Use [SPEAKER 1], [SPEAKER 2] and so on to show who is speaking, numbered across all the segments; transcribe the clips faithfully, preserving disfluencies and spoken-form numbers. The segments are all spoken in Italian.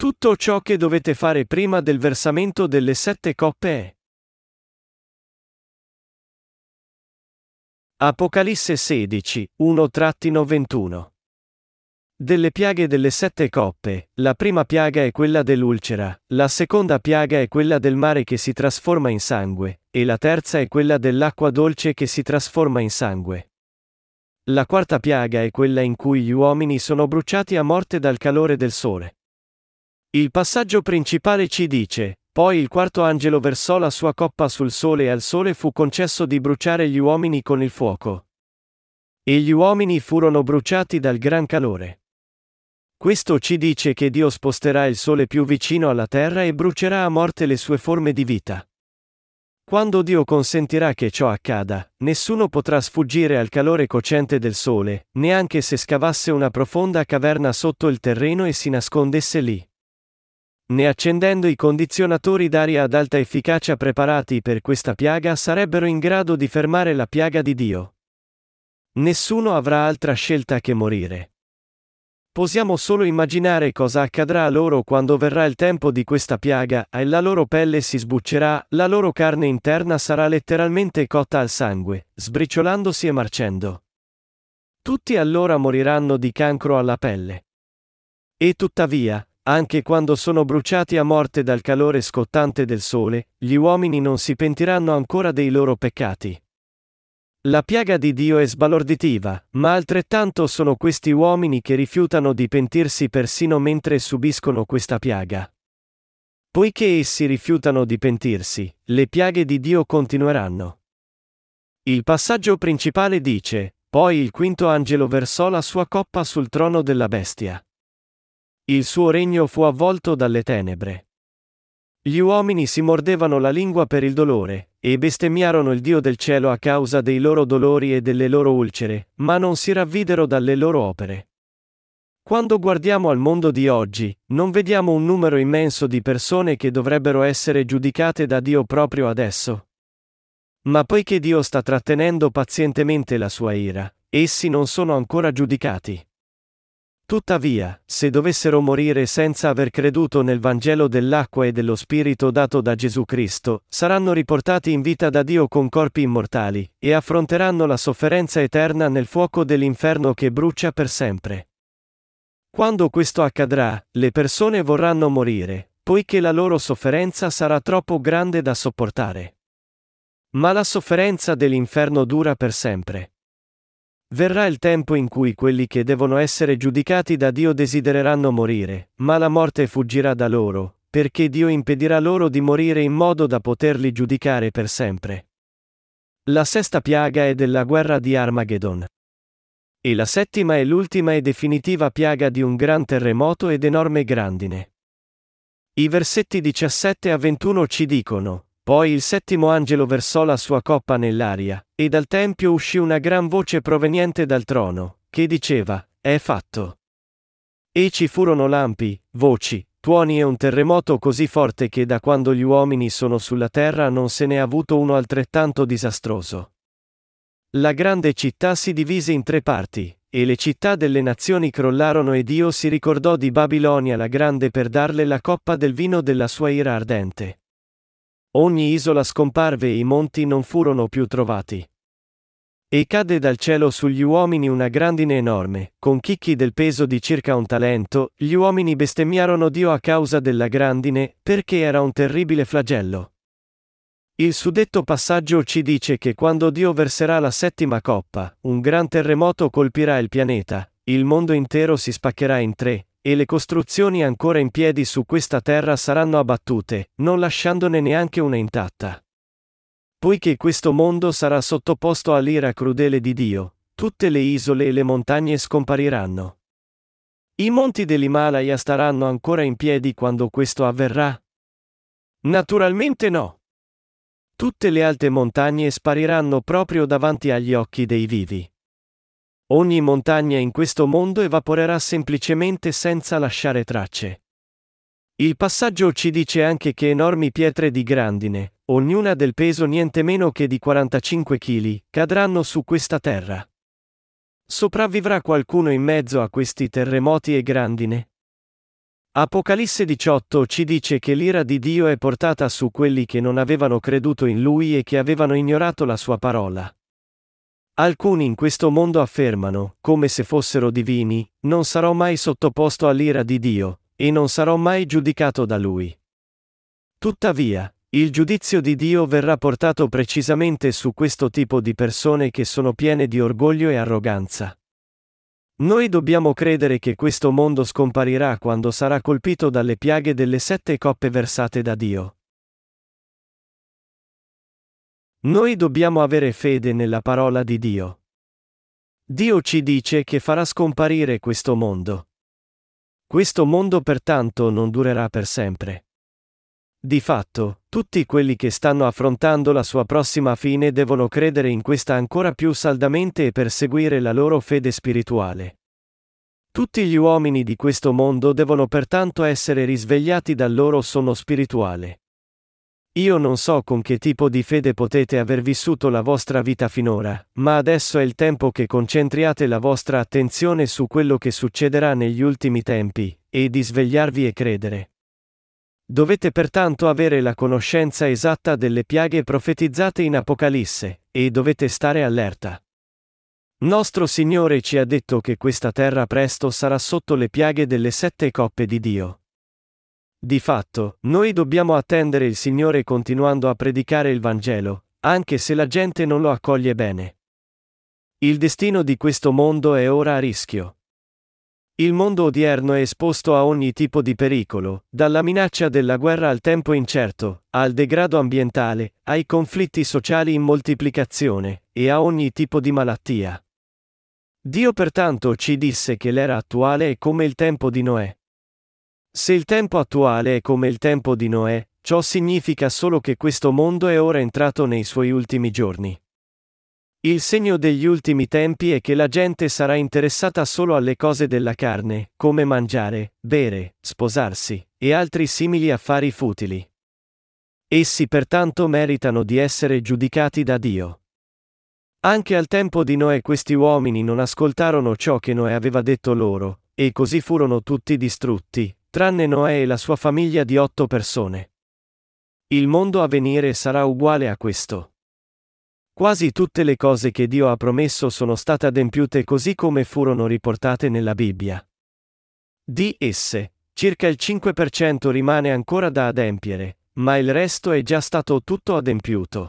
[SPEAKER 1] Tutto ciò che dovete fare prima del versamento delle sette coppe è Apocalisse sedici, uno ventuno. Delle piaghe delle sette coppe, la prima piaga è quella dell'ulcera, la seconda piaga è quella del mare che si trasforma in sangue, e la terza è quella dell'acqua dolce che si trasforma in sangue. La quarta piaga è quella in cui gli uomini sono bruciati a morte dal calore del sole. Il passaggio principale ci dice: poi il quarto angelo versò la sua coppa sul sole e al sole fu concesso di bruciare gli uomini con il fuoco. E gli uomini furono bruciati dal gran calore. Questo ci dice che Dio sposterà il sole più vicino alla terra e brucerà a morte le sue forme di vita. Quando Dio consentirà che ciò accada, nessuno potrà sfuggire al calore cocente del sole, neanche se scavasse una profonda caverna sotto il terreno e si nascondesse lì. Né accendendo i condizionatori d'aria ad alta efficacia preparati per questa piaga sarebbero in grado di fermare la piaga di Dio. Nessuno avrà altra scelta che morire. Possiamo solo immaginare cosa accadrà a loro quando verrà il tempo di questa piaga, e la loro pelle si sbuccerà, la loro carne interna sarà letteralmente cotta al sangue, sbriciolandosi e marcendo. Tutti allora moriranno di cancro alla pelle. E tuttavia, anche quando sono bruciati a morte dal calore scottante del sole, gli uomini non si pentiranno ancora dei loro peccati. La piaga di Dio è sbalorditiva, ma altrettanto sono questi uomini che rifiutano di pentirsi persino mentre subiscono questa piaga. Poiché essi rifiutano di pentirsi, le piaghe di Dio continueranno. Il passaggio principale dice: poi il quinto angelo versò la sua coppa sul trono della bestia. Il suo regno fu avvolto dalle tenebre. Gli uomini si mordevano la lingua per il dolore, e bestemmiarono il Dio del cielo a causa dei loro dolori e delle loro ulcere, ma non si ravvidero dalle loro opere. Quando guardiamo al mondo di oggi, non vediamo un numero immenso di persone che dovrebbero essere giudicate da Dio proprio adesso. Ma poiché Dio sta trattenendo pazientemente la sua ira, essi non sono ancora giudicati. Tuttavia, se dovessero morire senza aver creduto nel Vangelo dell'acqua e dello Spirito dato da Gesù Cristo, saranno riportati in vita da Dio con corpi immortali, e affronteranno la sofferenza eterna nel fuoco dell'inferno che brucia per sempre. Quando questo accadrà, le persone vorranno morire, poiché la loro sofferenza sarà troppo grande da sopportare. Ma la sofferenza dell'inferno dura per sempre. Verrà il tempo in cui quelli che devono essere giudicati da Dio desidereranno morire, ma la morte fuggirà da loro, perché Dio impedirà loro di morire in modo da poterli giudicare per sempre. La sesta piaga è della guerra di Armageddon. E la settima è l'ultima e definitiva piaga di un gran terremoto ed enorme grandine. I versetti diciassette a ventuno ci dicono: poi il settimo angelo versò la sua coppa nell'aria, e dal tempio uscì una gran voce proveniente dal trono, che diceva: è fatto. E ci furono lampi, voci, tuoni e un terremoto così forte che da quando gli uomini sono sulla terra non se n'è avuto uno altrettanto disastroso. La grande città si divise in tre parti, e le città delle nazioni crollarono e Dio si ricordò di Babilonia la grande per darle la coppa del vino della sua ira ardente. Ogni isola scomparve e i monti non furono più trovati. E cadde dal cielo sugli uomini una grandine enorme, con chicchi del peso di circa un talento. Gli uomini bestemmiarono Dio a causa della grandine, perché era un terribile flagello. Il suddetto passaggio ci dice che quando Dio verserà la settima coppa, un gran terremoto colpirà il pianeta, il mondo intero si spaccherà in tre, e le costruzioni ancora in piedi su questa terra saranno abbattute, non lasciandone neanche una intatta. Poiché questo mondo sarà sottoposto all'ira crudele di Dio, tutte le isole e le montagne scompariranno. I monti dell'Himalaya staranno ancora in piedi quando questo avverrà? Naturalmente no. Tutte le alte montagne spariranno proprio davanti agli occhi dei vivi. Ogni montagna in questo mondo evaporerà semplicemente senza lasciare tracce. Il passaggio ci dice anche che enormi pietre di grandine, ognuna del peso niente meno che di quarantacinque chili, cadranno su questa terra. Sopravvivrà qualcuno in mezzo a questi terremoti e grandine? Apocalisse diciotto ci dice che l'ira di Dio è portata su quelli che non avevano creduto in Lui e che avevano ignorato la sua parola. Alcuni in questo mondo affermano, come se fossero divini, non sarò mai sottoposto all'ira di Dio, e non sarò mai giudicato da Lui. Tuttavia, il giudizio di Dio verrà portato precisamente su questo tipo di persone che sono piene di orgoglio e arroganza. Noi dobbiamo credere che questo mondo scomparirà quando sarà colpito dalle piaghe delle sette coppe versate da Dio. Noi dobbiamo avere fede nella parola di Dio. Dio ci dice che farà scomparire questo mondo. Questo mondo pertanto non durerà per sempre. Di fatto, tutti quelli che stanno affrontando la sua prossima fine devono credere in questa ancora più saldamente e perseguire la loro fede spirituale. Tutti gli uomini di questo mondo devono pertanto essere risvegliati dal loro sonno spirituale. Io non so con che tipo di fede potete aver vissuto la vostra vita finora, ma adesso è il tempo che concentriate la vostra attenzione su quello che succederà negli ultimi tempi, e di svegliarvi e credere. Dovete pertanto avere la conoscenza esatta delle piaghe profetizzate in Apocalisse, e dovete stare allerta. Nostro Signore ci ha detto che questa terra presto sarà sotto le piaghe delle sette coppe di Dio. Di fatto, noi dobbiamo attendere il Signore continuando a predicare il Vangelo, anche se la gente non lo accoglie bene. Il destino di questo mondo è ora a rischio. Il mondo odierno è esposto a ogni tipo di pericolo, dalla minaccia della guerra al tempo incerto, al degrado ambientale, ai conflitti sociali in moltiplicazione, e a ogni tipo di malattia. Dio pertanto ci disse che l'era attuale è come il tempo di Noè. Se il tempo attuale è come il tempo di Noè, ciò significa solo che questo mondo è ora entrato nei suoi ultimi giorni. Il segno degli ultimi tempi è che la gente sarà interessata solo alle cose della carne, come mangiare, bere, sposarsi, e altri simili affari futili. Essi pertanto meritano di essere giudicati da Dio. Anche al tempo di Noè questi uomini non ascoltarono ciò che Noè aveva detto loro, e così furono tutti distrutti, tranne Noè e la sua famiglia di otto persone. Il mondo a venire sarà uguale a questo. Quasi tutte le cose che Dio ha promesso sono state adempiute così come furono riportate nella Bibbia. Di esse, circa il cinque per cento rimane ancora da adempiere, ma il resto è già stato tutto adempiuto.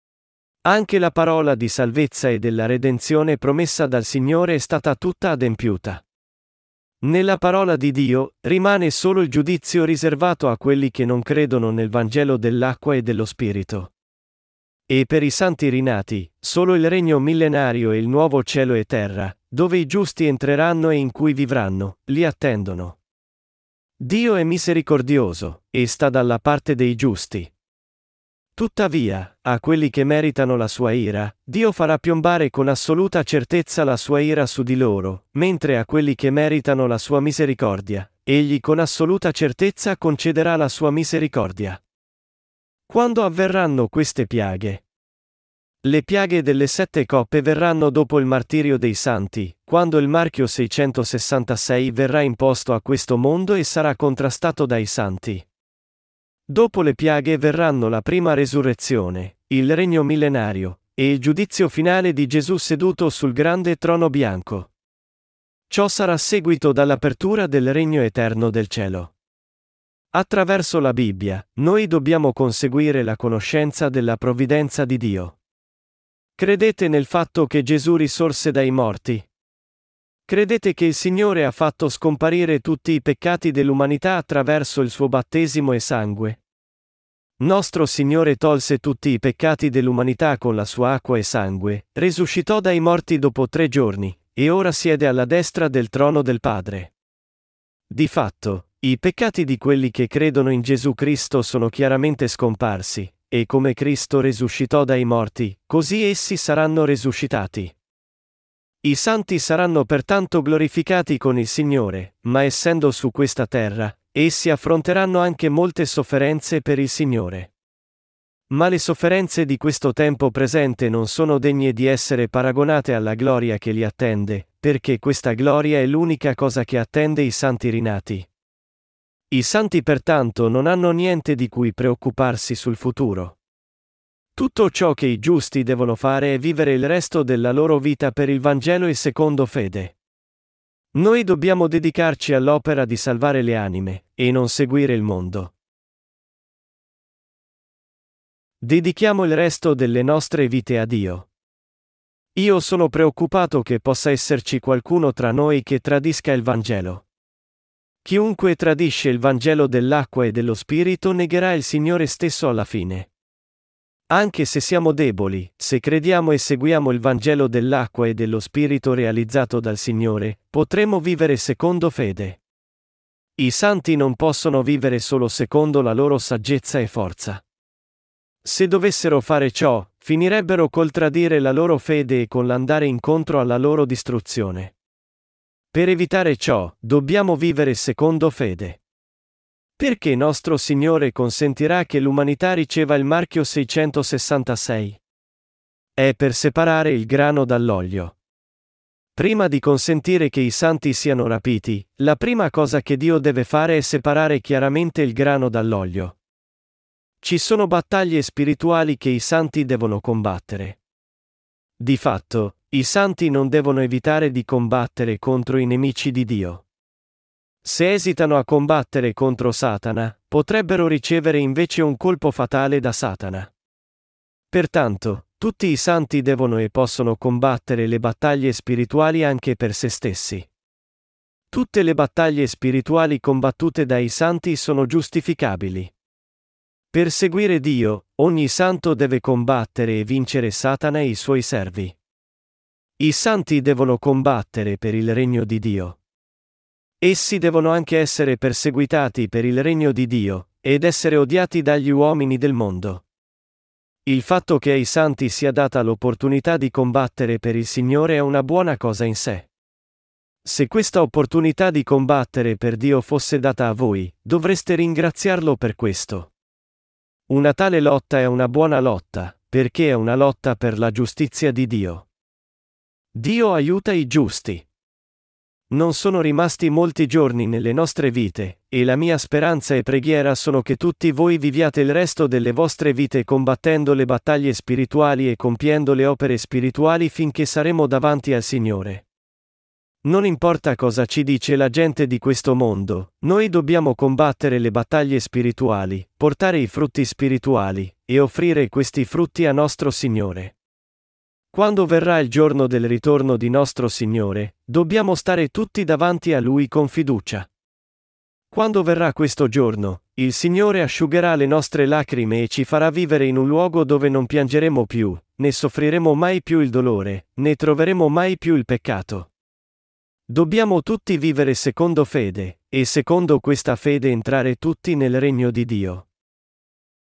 [SPEAKER 1] Anche la parola di salvezza e della redenzione promessa dal Signore è stata tutta adempiuta. Nella parola di Dio, rimane solo il giudizio riservato a quelli che non credono nel Vangelo dell'acqua e dello Spirito. E per i santi rinati, solo il regno millenario e il nuovo cielo e terra, dove i giusti entreranno e in cui vivranno, li attendono. Dio è misericordioso, e sta dalla parte dei giusti. Tuttavia, a quelli che meritano la sua ira, Dio farà piombare con assoluta certezza la sua ira su di loro, mentre a quelli che meritano la sua misericordia, egli con assoluta certezza concederà la sua misericordia. Quando avverranno queste piaghe? Le piaghe delle sette coppe verranno dopo il martirio dei santi, quando il marchio seicentosessantasei verrà imposto a questo mondo e sarà contrastato dai santi. Dopo le piaghe verranno la prima resurrezione, il regno millenario, e il giudizio finale di Gesù seduto sul grande trono bianco. Ciò sarà seguito dall'apertura del regno eterno del cielo. Attraverso la Bibbia, noi dobbiamo conseguire la conoscenza della provvidenza di Dio. Credete nel fatto che Gesù risorse dai morti? Credete che il Signore ha fatto scomparire tutti i peccati dell'umanità attraverso il suo battesimo e sangue? Nostro Signore tolse tutti i peccati dell'umanità con la sua acqua e sangue, risuscitò dai morti dopo tre giorni, e ora siede alla destra del trono del Padre. Di fatto, i peccati di quelli che credono in Gesù Cristo sono chiaramente scomparsi, e come Cristo risuscitò dai morti, così essi saranno risuscitati. I santi saranno pertanto glorificati con il Signore, ma essendo su questa terra, essi affronteranno anche molte sofferenze per il Signore. Ma le sofferenze di questo tempo presente non sono degne di essere paragonate alla gloria che li attende, perché questa gloria è l'unica cosa che attende i santi rinati. I santi pertanto non hanno niente di cui preoccuparsi sul futuro. Tutto ciò che i giusti devono fare è vivere il resto della loro vita per il Vangelo e secondo fede. Noi dobbiamo dedicarci all'opera di salvare le anime, e non seguire il mondo. Dedichiamo il resto delle nostre vite a Dio. Io sono preoccupato che possa esserci qualcuno tra noi che tradisca il Vangelo. Chiunque tradisce il Vangelo dell'acqua e dello Spirito negherà il Signore stesso alla fine. Anche se siamo deboli, se crediamo e seguiamo il Vangelo dell'acqua e dello Spirito realizzato dal Signore, potremo vivere secondo fede. I santi non possono vivere solo secondo la loro saggezza e forza. Se dovessero fare ciò, finirebbero col tradire la loro fede e con l'andare incontro alla loro distruzione. Per evitare ciò, dobbiamo vivere secondo fede. Perché nostro Signore consentirà che l'umanità riceva il marchio seicentosessantasei? È per separare il grano dall'olio. Prima di consentire che i santi siano rapiti, la prima cosa che Dio deve fare è separare chiaramente il grano dall'olio. Ci sono battaglie spirituali che i santi devono combattere. Di fatto, i santi non devono evitare di combattere contro i nemici di Dio. Se esitano a combattere contro Satana, potrebbero ricevere invece un colpo fatale da Satana. Pertanto, tutti i santi devono e possono combattere le battaglie spirituali anche per se stessi. Tutte le battaglie spirituali combattute dai santi sono giustificabili. Per seguire Dio, ogni santo deve combattere e vincere Satana e i suoi servi. I santi devono combattere per il regno di Dio. Essi devono anche essere perseguitati per il regno di Dio, ed essere odiati dagli uomini del mondo. Il fatto che ai santi sia data l'opportunità di combattere per il Signore è una buona cosa in sé. Se questa opportunità di combattere per Dio fosse data a voi, dovreste ringraziarlo per questo. Una tale lotta è una buona lotta, perché è una lotta per la giustizia di Dio. Dio aiuta i giusti. Non sono rimasti molti giorni nelle nostre vite, e la mia speranza e preghiera sono che tutti voi viviate il resto delle vostre vite combattendo le battaglie spirituali e compiendo le opere spirituali finché saremo davanti al Signore. Non importa cosa ci dice la gente di questo mondo, noi dobbiamo combattere le battaglie spirituali, portare i frutti spirituali, e offrire questi frutti a nostro Signore. Quando verrà il giorno del ritorno di nostro Signore, dobbiamo stare tutti davanti a Lui con fiducia. Quando verrà questo giorno, il Signore asciugherà le nostre lacrime e ci farà vivere in un luogo dove non piangeremo più, né soffriremo mai più il dolore, né troveremo mai più il peccato. Dobbiamo tutti vivere secondo fede, e secondo questa fede entrare tutti nel regno di Dio.